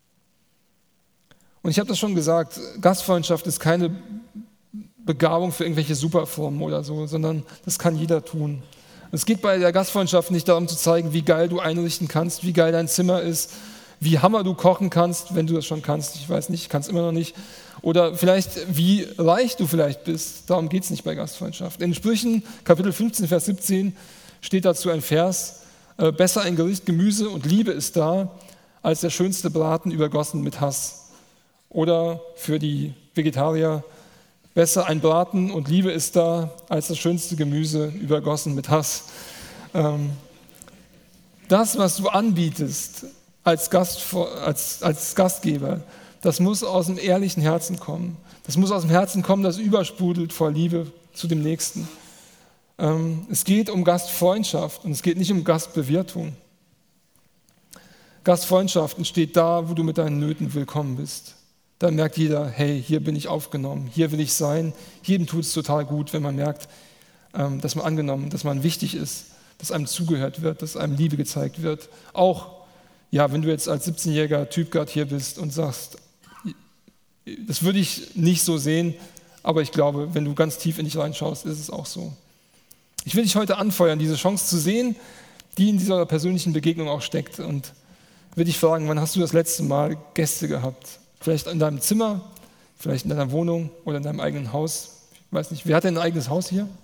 Und ich habe das schon gesagt, Gastfreundschaft ist keine Begabung für irgendwelche Superformen oder so, sondern das kann jeder tun. Es geht bei der Gastfreundschaft nicht darum zu zeigen, wie geil du einrichten kannst, wie geil dein Zimmer ist, wie hammer du kochen kannst, wenn du das schon kannst, ich weiß nicht, ich kann es immer noch nicht. Oder vielleicht, wie reich du vielleicht bist, darum geht es nicht bei Gastfreundschaft. In Sprüchen, Kapitel fünfzehn, Vers siebzehn, steht dazu ein Vers, äh, besser ein Gericht Gemüse und Liebe ist da, als der schönste Braten übergossen mit Hass. Oder für die Vegetarier, besser ein Braten und Liebe ist da, als das schönste Gemüse übergossen mit Hass. Ähm, das, was du anbietest als, Gast, als, als Gastgeber, das muss aus dem ehrlichen Herzen kommen. Das muss aus dem Herzen kommen, das übersprudelt vor Liebe zu dem Nächsten. Ähm, es geht um Gastfreundschaft und es geht nicht um Gastbewirtung. Gastfreundschaft entsteht da, wo du mit deinen Nöten willkommen bist. Da merkt jeder, hey, hier bin ich aufgenommen, hier will ich sein. Jedem tut es total gut, wenn man merkt, dass man angenommen, dass man wichtig ist, dass einem zugehört wird, dass einem Liebe gezeigt wird. Auch, ja, wenn du jetzt als siebzehnjähriger Typ gerade hier bist und sagst, das würde ich nicht so sehen, aber ich glaube, wenn du ganz tief in dich reinschaust, ist es auch so. Ich will dich heute anfeuern, diese Chance zu sehen, die in dieser persönlichen Begegnung auch steckt. Und will dich fragen, wann hast du das letzte Mal Gäste gehabt? Vielleicht in deinem Zimmer, vielleicht in deiner Wohnung oder in deinem eigenen Haus. Ich weiß nicht, wer hat denn ein eigenes Haus hier?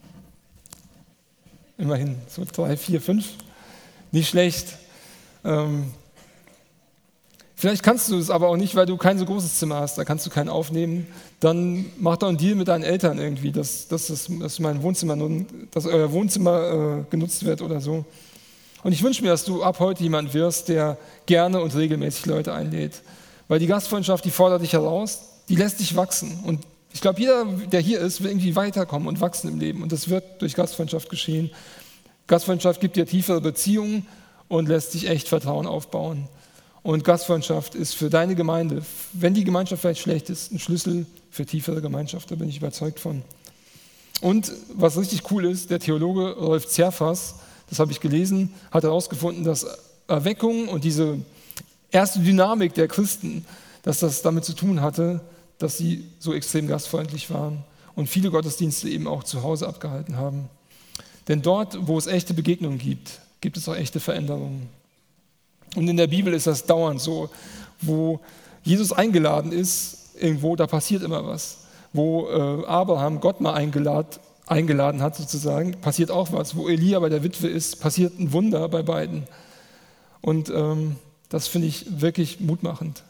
Immerhin so drei, vier, fünf. Nicht schlecht. Ähm, Vielleicht kannst du es aber auch nicht, weil du kein so großes Zimmer hast, da kannst du keinen aufnehmen. Dann mach doch einen Deal mit deinen Eltern irgendwie, dass, dass, das, dass mein Wohnzimmer nun, dass euer Wohnzimmer äh, genutzt wird oder so. Und ich wünsche mir, dass du ab heute jemand wirst, der gerne und regelmäßig Leute einlädt. Weil die Gastfreundschaft, die fordert dich heraus, die lässt dich wachsen. Und ich glaube, jeder, der hier ist, will irgendwie weiterkommen und wachsen im Leben. Und das wird durch Gastfreundschaft geschehen. Gastfreundschaft gibt dir tiefere Beziehungen und lässt dich echt Vertrauen aufbauen. Und Gastfreundschaft ist für deine Gemeinde, wenn die Gemeinschaft vielleicht schlecht ist, ein Schlüssel für tiefere Gemeinschaft, da bin ich überzeugt von. Und was richtig cool ist, der Theologe Rolf Zerfas, das habe ich gelesen, hat herausgefunden, dass Erweckung und diese erste Dynamik der Christen, dass das damit zu tun hatte, dass sie so extrem gastfreundlich waren und viele Gottesdienste eben auch zu Hause abgehalten haben. Denn dort, wo es echte Begegnungen gibt, gibt es auch echte Veränderungen. Und in der Bibel ist das dauernd so, wo Jesus eingeladen ist, irgendwo, da passiert immer was. Wo äh, Abraham Gott mal eingeladen, eingeladen hat sozusagen, passiert auch was. Wo Elia bei der Witwe ist, passiert ein Wunder bei beiden. Und ähm, das finde ich wirklich mutmachend.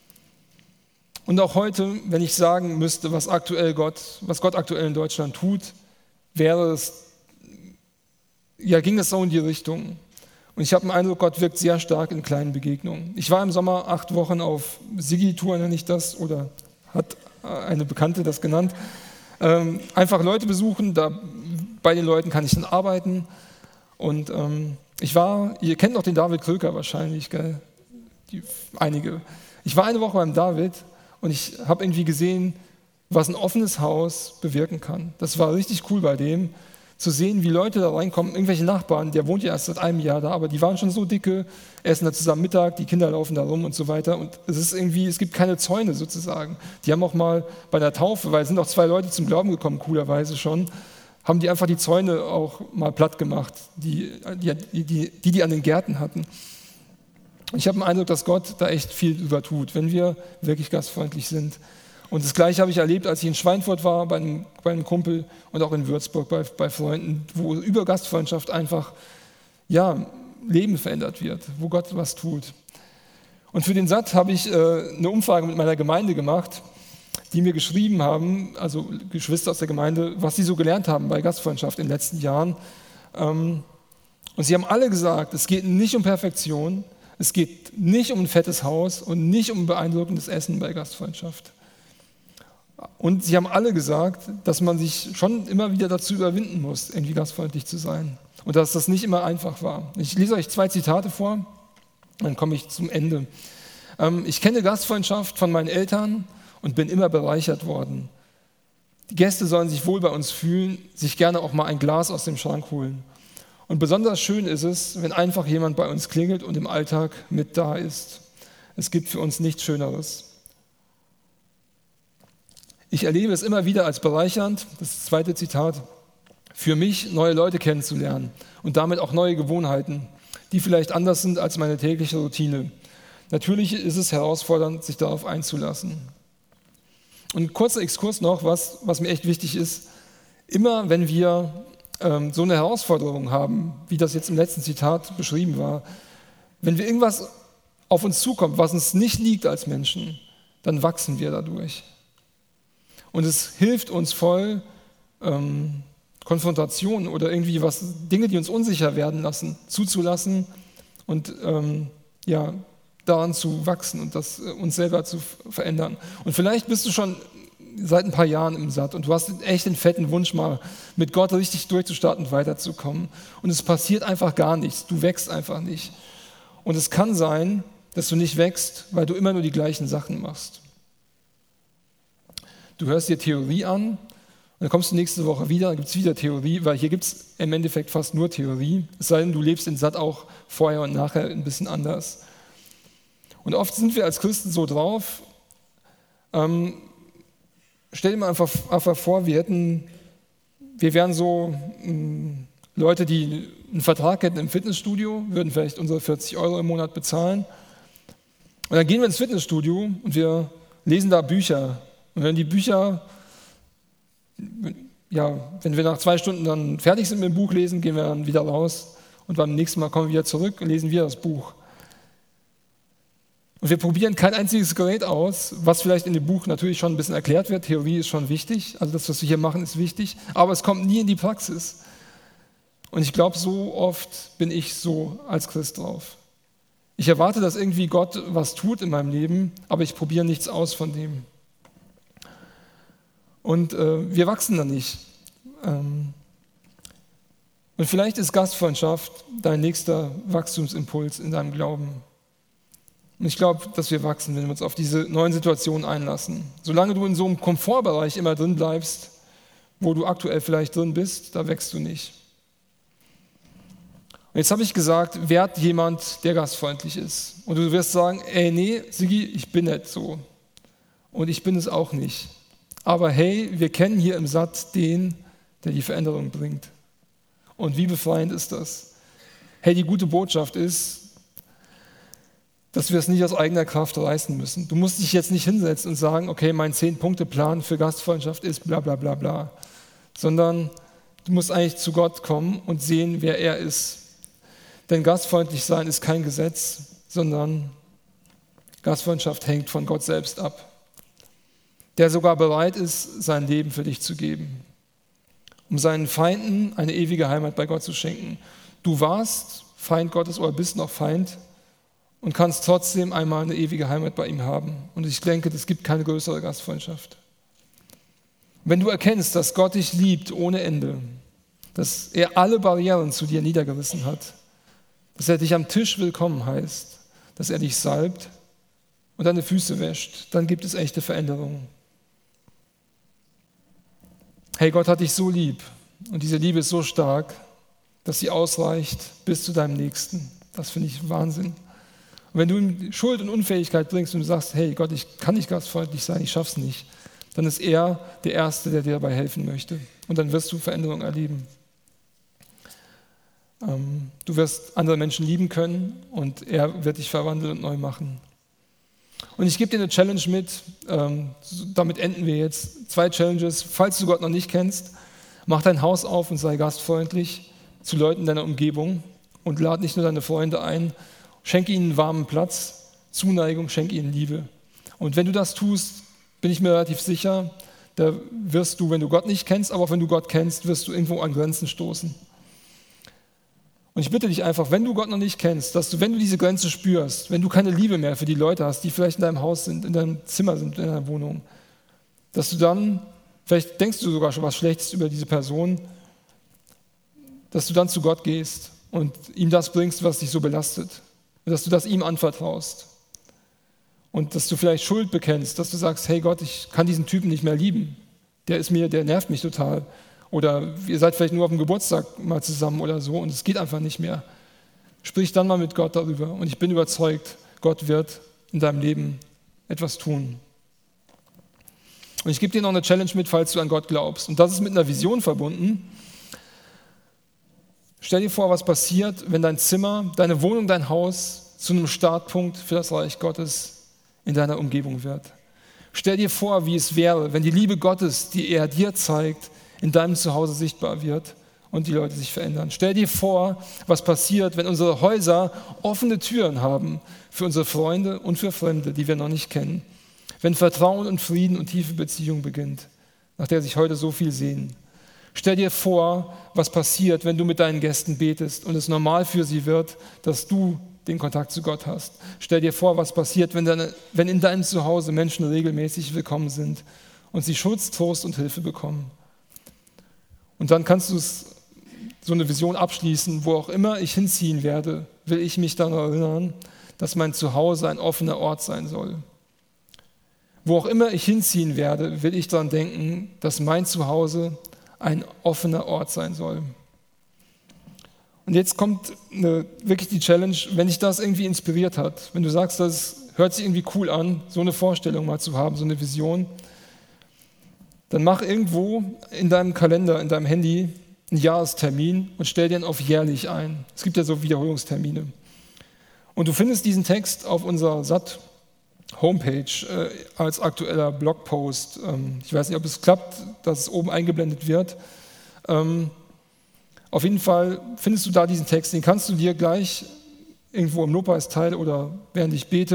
Und auch heute, wenn ich sagen müsste, was aktuell Gott, was Gott aktuell in Deutschland tut, wäre es, ja, ging es so in die Richtung. Und ich habe den Eindruck, Gott wirkt sehr stark in kleinen Begegnungen. Ich war im Sommer acht Wochen auf Sigi-Tour, nenne ich das, oder hat eine Bekannte das genannt. Ähm, einfach Leute besuchen, da, bei den Leuten kann ich dann arbeiten. Und ähm, ich war, ihr kennt noch den David Kröker wahrscheinlich, gell? Die, einige. Ich war eine Woche beim David und ich habe irgendwie gesehen, was ein offenes Haus bewirken kann. Das war richtig cool bei dem, zu sehen, wie Leute da reinkommen, irgendwelche Nachbarn, der wohnt ja erst seit einem Jahr da, aber die waren schon so dicke, essen da zusammen Mittag, die Kinder laufen da rum und so weiter und es ist irgendwie, es gibt keine Zäune sozusagen. Die haben auch mal bei der Taufe, weil es sind auch zwei Leute zum Glauben gekommen, coolerweise schon, haben die einfach die Zäune auch mal platt gemacht, die die, die, die, die an den Gärten hatten. Ich habe den Eindruck, dass Gott da echt viel drüber tut, wenn wir wirklich gastfreundlich sind. Und das Gleiche habe ich erlebt, als ich in Schweinfurt war, bei einem, bei einem Kumpel und auch in Würzburg bei, bei Freunden, wo über Gastfreundschaft einfach ja, Leben verändert wird, wo Gott was tut. Und für den Satt habe ich äh, eine Umfrage mit meiner Gemeinde gemacht, die mir geschrieben haben, also Geschwister aus der Gemeinde, was sie so gelernt haben bei Gastfreundschaft in den letzten Jahren. Ähm, und sie haben alle gesagt, es geht nicht um Perfektion, es geht nicht um ein fettes Haus und nicht um beeindruckendes Essen bei Gastfreundschaft. Und sie haben alle gesagt, dass man sich schon immer wieder dazu überwinden muss, irgendwie gastfreundlich zu sein. Und dass das nicht immer einfach war. Ich lese euch zwei Zitate vor, dann komme ich zum Ende. Ähm, ich kenne Gastfreundschaft von meinen Eltern und bin immer bereichert worden. Die Gäste sollen sich wohl bei uns fühlen, sich gerne auch mal ein Glas aus dem Schrank holen. Und besonders schön ist es, wenn einfach jemand bei uns klingelt und im Alltag mit da ist. Es gibt für uns nichts Schöneres. Ich erlebe es immer wieder als bereichernd, das ist das zweite Zitat, für mich neue Leute kennenzulernen und damit auch neue Gewohnheiten, die vielleicht anders sind als meine tägliche Routine. Natürlich ist es herausfordernd, sich darauf einzulassen. Und ein kurzer Exkurs noch, was, was mir echt wichtig ist. Immer wenn wir ähm, so eine Herausforderung haben, wie das jetzt im letzten Zitat beschrieben war, wenn wir irgendwas auf uns zukommt, was uns nicht liegt als Menschen, dann wachsen wir dadurch. Und es hilft uns voll, ähm, Konfrontationen oder irgendwie was, Dinge, die uns unsicher werden lassen, zuzulassen und ähm, ja, daran zu wachsen und das äh, uns selber zu f- verändern. Und vielleicht bist du schon seit ein paar Jahren im Satt und du hast echt den fetten Wunsch, mal mit Gott richtig durchzustarten und weiterzukommen. Und es passiert einfach gar nichts, du wächst einfach nicht. Und es kann sein, dass du nicht wächst, weil du immer nur die gleichen Sachen machst. Du hörst dir Theorie an und dann kommst du nächste Woche wieder, dann gibt es wieder Theorie, weil hier gibt es im Endeffekt fast nur Theorie, es sei denn, du lebst in Satt auch vorher und nachher ein bisschen anders. Und oft sind wir als Christen so drauf, ähm, stell dir mal einfach, einfach vor, wir hätten, wir wären so mh, Leute, die einen Vertrag hätten im Fitnessstudio, würden vielleicht unsere vierzig Euro im Monat bezahlen und dann gehen wir ins Fitnessstudio und wir lesen da Bücher. Und wenn die Bücher, ja, wenn wir nach zwei Stunden dann fertig sind mit dem Buch lesen, gehen wir dann wieder raus und beim nächsten Mal kommen wir wieder zurück und lesen wieder das Buch. Und wir probieren kein einziges Gerät aus, was vielleicht in dem Buch natürlich schon ein bisschen erklärt wird. Theorie ist schon wichtig, also das, was wir hier machen, ist wichtig, aber es kommt nie in die Praxis. Und ich glaube, so oft bin ich so als Christ drauf. Ich erwarte, dass irgendwie Gott was tut in meinem Leben, aber ich probiere nichts aus von dem. Und äh, wir wachsen da nicht. Ähm, und vielleicht ist Gastfreundschaft dein nächster Wachstumsimpuls in deinem Glauben. Und ich glaube, dass wir wachsen, wenn wir uns auf diese neuen Situationen einlassen. Solange du in so einem Komfortbereich immer drin bleibst, wo du aktuell vielleicht drin bist, da wächst du nicht. Und jetzt habe ich gesagt, werd jemand, der gastfreundlich ist. Und du wirst sagen, ey, nee, Sigi, ich bin nicht so. Und ich bin es auch nicht. Aber hey, wir kennen hier im Satz den, der die Veränderung bringt. Und wie befreiend ist das? Hey, die gute Botschaft ist, dass wir es nicht aus eigener Kraft reißen müssen. Du musst dich jetzt nicht hinsetzen und sagen, okay, mein Zehn-Punkte-Plan für Gastfreundschaft ist bla bla bla bla. Sondern du musst eigentlich zu Gott kommen und sehen, wer er ist. Denn gastfreundlich sein ist kein Gesetz, sondern Gastfreundschaft hängt von Gott selbst ab, der sogar bereit ist, sein Leben für dich zu geben, um seinen Feinden eine ewige Heimat bei Gott zu schenken. Du warst Feind Gottes oder bist noch Feind und kannst trotzdem einmal eine ewige Heimat bei ihm haben. Und ich denke, es gibt keine größere Gastfreundschaft. Wenn du erkennst, dass Gott dich liebt ohne Ende, dass er alle Barrieren zu dir niedergerissen hat, dass er dich am Tisch willkommen heißt, dass er dich salbt und deine Füße wäscht, dann gibt es echte Veränderungen. Hey, Gott hat dich so lieb und diese Liebe ist so stark, dass sie ausreicht bis zu deinem Nächsten. Das finde ich Wahnsinn. Und wenn du ihm Schuld und Unfähigkeit bringst und du sagst, hey Gott, ich kann nicht gastfreundlich sein, ich schaff's nicht, dann ist er der Erste, der dir dabei helfen möchte. Und dann wirst du Veränderungen erleben. Ähm, du wirst andere Menschen lieben können und er wird dich verwandeln und neu machen. Und ich gebe dir eine Challenge mit, ähm, damit enden wir jetzt. Zwei Challenges. Falls du Gott noch nicht kennst, mach dein Haus auf und sei gastfreundlich zu Leuten deiner Umgebung und lad nicht nur deine Freunde ein, schenke ihnen einen warmen Platz, Zuneigung, schenke ihnen Liebe. Und wenn du das tust, bin ich mir relativ sicher, da wirst du, wenn du Gott nicht kennst, aber auch wenn du Gott kennst, wirst du irgendwo an Grenzen stoßen. Und ich bitte dich einfach, wenn du Gott noch nicht kennst, dass du, wenn du diese Grenze spürst, wenn du keine Liebe mehr für die Leute hast, die vielleicht in deinem Haus sind, in deinem Zimmer sind, in deiner Wohnung, dass du dann, vielleicht denkst du sogar schon was Schlechtes über diese Person, dass du dann zu Gott gehst und ihm das bringst, was dich so belastet. Und dass du das ihm anvertraust. Und dass du vielleicht Schuld bekennst, dass du sagst, hey Gott, ich kann diesen Typen nicht mehr lieben. Der ist mir, der nervt mich total. Oder ihr seid vielleicht nur auf dem Geburtstag mal zusammen oder so und es geht einfach nicht mehr. Sprich dann mal mit Gott darüber. Und ich bin überzeugt, Gott wird in deinem Leben etwas tun. Und ich gebe dir noch eine Challenge mit, falls du an Gott glaubst. Und das ist mit einer Vision verbunden. Stell dir vor, was passiert, wenn dein Zimmer, deine Wohnung, dein Haus zu einem Startpunkt für das Reich Gottes in deiner Umgebung wird. Stell dir vor, wie es wäre, wenn die Liebe Gottes, die er dir zeigt, in deinem Zuhause sichtbar wird und die Leute sich verändern. Stell dir vor, was passiert, wenn unsere Häuser offene Türen haben für unsere Freunde und für Fremde, die wir noch nicht kennen. Wenn Vertrauen und Frieden und tiefe Beziehung beginnt, nach der sich heute so viel sehnen. Stell dir vor, was passiert, wenn du mit deinen Gästen betest und es normal für sie wird, dass du den Kontakt zu Gott hast. Stell dir vor, was passiert, wenn, deine, wenn in deinem Zuhause Menschen regelmäßig willkommen sind und sie Schutz, Trost und Hilfe bekommen. Und dann kannst du es, so eine Vision abschließen, wo auch immer ich hinziehen werde, will ich mich daran erinnern, dass mein Zuhause ein offener Ort sein soll. Wo auch immer ich hinziehen werde, will ich daran denken, dass mein Zuhause ein offener Ort sein soll. Und jetzt kommt eine, wirklich die Challenge, wenn dich das irgendwie inspiriert hat, wenn du sagst, das hört sich irgendwie cool an, so eine Vorstellung mal zu haben, so eine Vision, dann mach irgendwo in deinem Kalender, in deinem Handy einen Jahrestermin und stell den auf jährlich ein. Es gibt ja so Wiederholungstermine. Und du findest diesen Text auf unserer S A T Homepage äh, als aktueller Blogpost. Ähm, ich weiß nicht, ob es klappt, dass es oben eingeblendet wird. Ähm, auf jeden Fall findest du da diesen Text, den kannst du dir gleich irgendwo im Lobpreisteil oder während ich bete,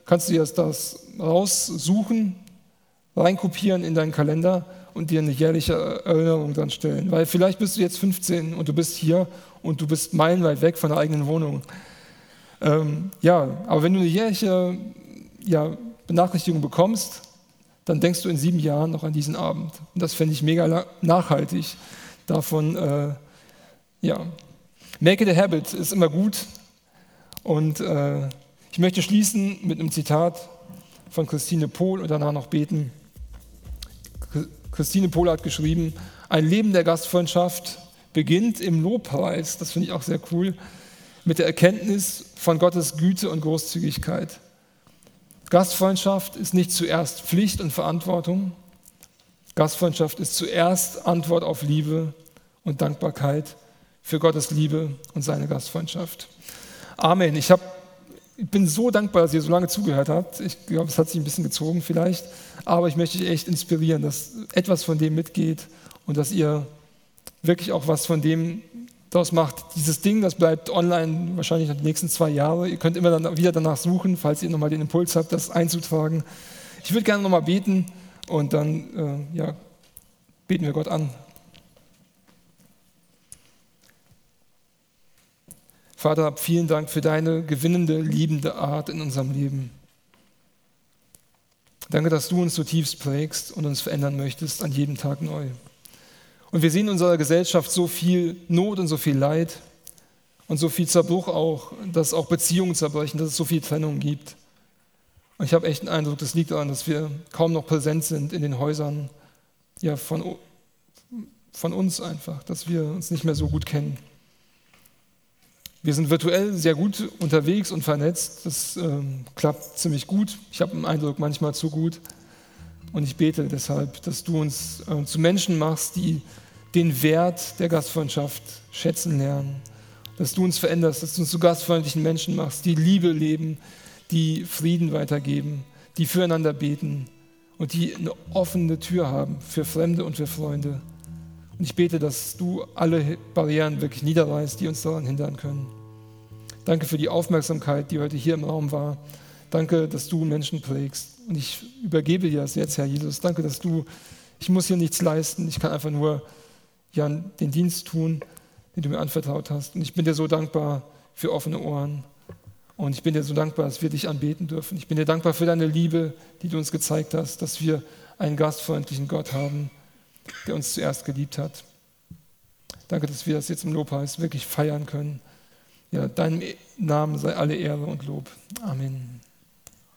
kannst du dir das raussuchen, reinkopieren in deinen Kalender und dir eine jährliche Erinnerung dann stellen. Weil vielleicht bist du jetzt fünfzehn und du bist hier und du bist meilenweit weg von der eigenen Wohnung. Ähm, ja, aber wenn du eine jährliche ja, Benachrichtigung bekommst, dann denkst du in sieben Jahren noch an diesen Abend. Und das fände ich mega nachhaltig. Davon, äh, ja, make it a habit ist immer gut. Und äh, ich möchte schließen mit einem Zitat von Christine Pohl und danach noch beten. Christine Pohl hat geschrieben, ein Leben der Gastfreundschaft beginnt im Lobpreis, das finde ich auch sehr cool, mit der Erkenntnis von Gottes Güte und Großzügigkeit. Gastfreundschaft ist nicht zuerst Pflicht und Verantwortung. Gastfreundschaft ist zuerst Antwort auf Liebe und Dankbarkeit für Gottes Liebe und seine Gastfreundschaft. Amen. Ich, hab, ich bin so dankbar, dass ihr so lange zugehört habt. Ich glaube, es hat sich ein bisschen gezogen vielleicht. Aber ich möchte euch echt inspirieren, dass etwas von dem mitgeht und dass ihr wirklich auch was von dem daraus macht. Dieses Ding, das bleibt online wahrscheinlich noch die nächsten zwei Jahre. Ihr könnt immer dann wieder danach suchen, falls ihr nochmal den Impuls habt, das einzutragen. Ich würde gerne nochmal beten und dann äh, ja, beten wir Gott an. Vater, vielen Dank für deine gewinnende, liebende Art in unserem Leben. Danke, dass du uns zutiefst prägst und uns verändern möchtest an jedem Tag neu. Und wir sehen in unserer Gesellschaft so viel Not und so viel Leid und so viel Zerbruch auch, dass auch Beziehungen zerbrechen, dass es so viel Trennung gibt. Und ich habe echt den Eindruck, das liegt daran, dass wir kaum noch präsent sind in den Häusern ja, von, von uns einfach, dass wir uns nicht mehr so gut kennen. Wir sind virtuell sehr gut unterwegs und vernetzt. Das ähm, klappt ziemlich gut. Ich habe den Eindruck, manchmal zu gut. Und ich bete deshalb, dass du uns äh, zu Menschen machst, die den Wert der Gastfreundschaft schätzen lernen. Dass du uns veränderst, dass du uns zu gastfreundlichen Menschen machst, die Liebe leben, die Frieden weitergeben, die füreinander beten und die eine offene Tür haben für Fremde und für Freunde. Und ich bete, dass du alle Barrieren wirklich niederreißt, die uns daran hindern können. Danke für die Aufmerksamkeit, die heute hier im Raum war. Danke, dass du Menschen prägst. Und ich übergebe dir das jetzt, Herr Jesus. Danke, dass du, ich muss hier nichts leisten. Ich kann einfach nur ja, den Dienst tun, den du mir anvertraut hast. Und ich bin dir so dankbar für offene Ohren. Und ich bin dir so dankbar, dass wir dich anbeten dürfen. Ich bin dir dankbar für deine Liebe, die du uns gezeigt hast, dass wir einen gastfreundlichen Gott haben, der uns zuerst geliebt hat. Danke, dass wir das jetzt im Lobpreis wirklich feiern können. Ja, deinem Namen sei alle Ehre und Lob. Amen.